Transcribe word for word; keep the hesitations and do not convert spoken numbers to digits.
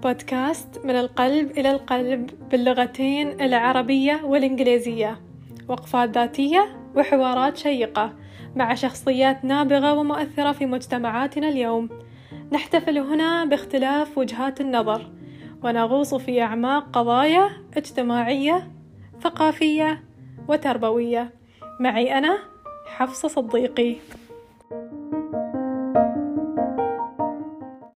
بودكاست من القلب إلى القلب باللغتين العربية والإنجليزية، وقفات ذاتية وحوارات شيقة مع شخصيات نابغة ومؤثرة في مجتمعاتنا اليوم. نحتفل هنا باختلاف وجهات النظر ونغوص في أعماق قضايا اجتماعية ثقافية وتربوية. معي أنا حفصة صديقي.